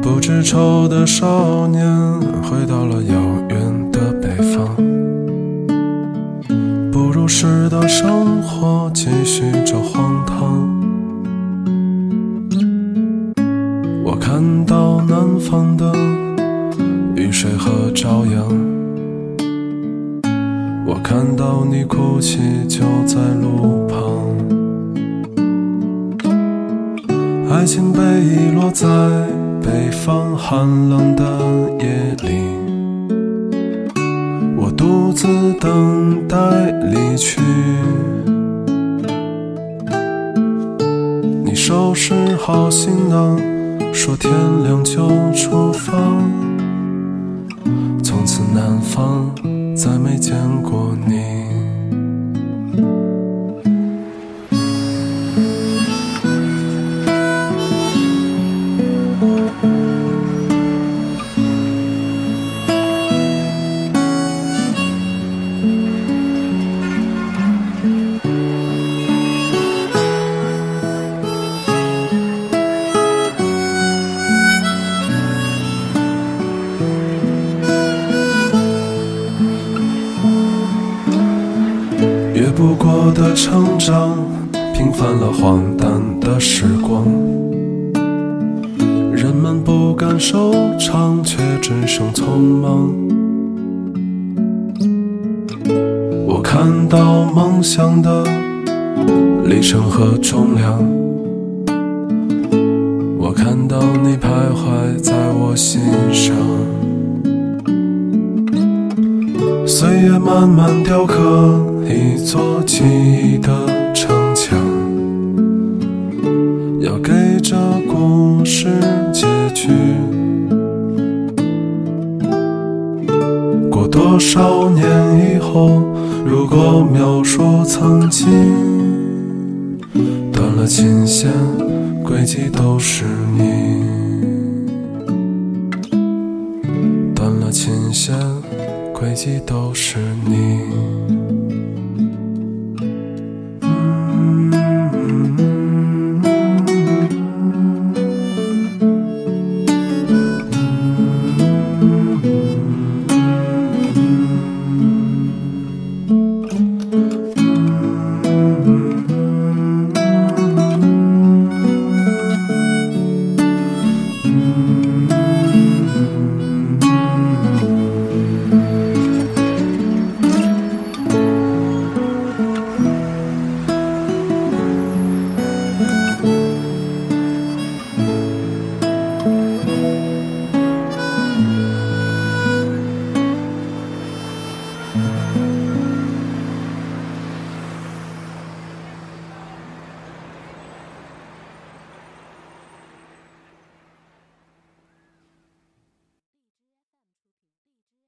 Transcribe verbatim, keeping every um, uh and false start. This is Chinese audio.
不知愁的少年回到了遥远的北方，不如时的生活继续着荒唐。我看到南方的雨水和朝阳，我看到你哭泣就在路旁，爱情被遗落在北方寒冷的夜里，我独自等待离去。你收拾好行囊，说天亮就出发，从此南方再没见过你。越不过的成长，平凡了荒诞的时光，人们不敢收场，却只剩匆忙。我看到梦想的里程和重量，我看到你徘徊在我心上，岁月慢慢雕刻一座记忆的城墙，要给这故事结局。过多少年以后，如果描述曾经，断了琴弦，轨迹都是你。断了琴弦，轨迹都是你。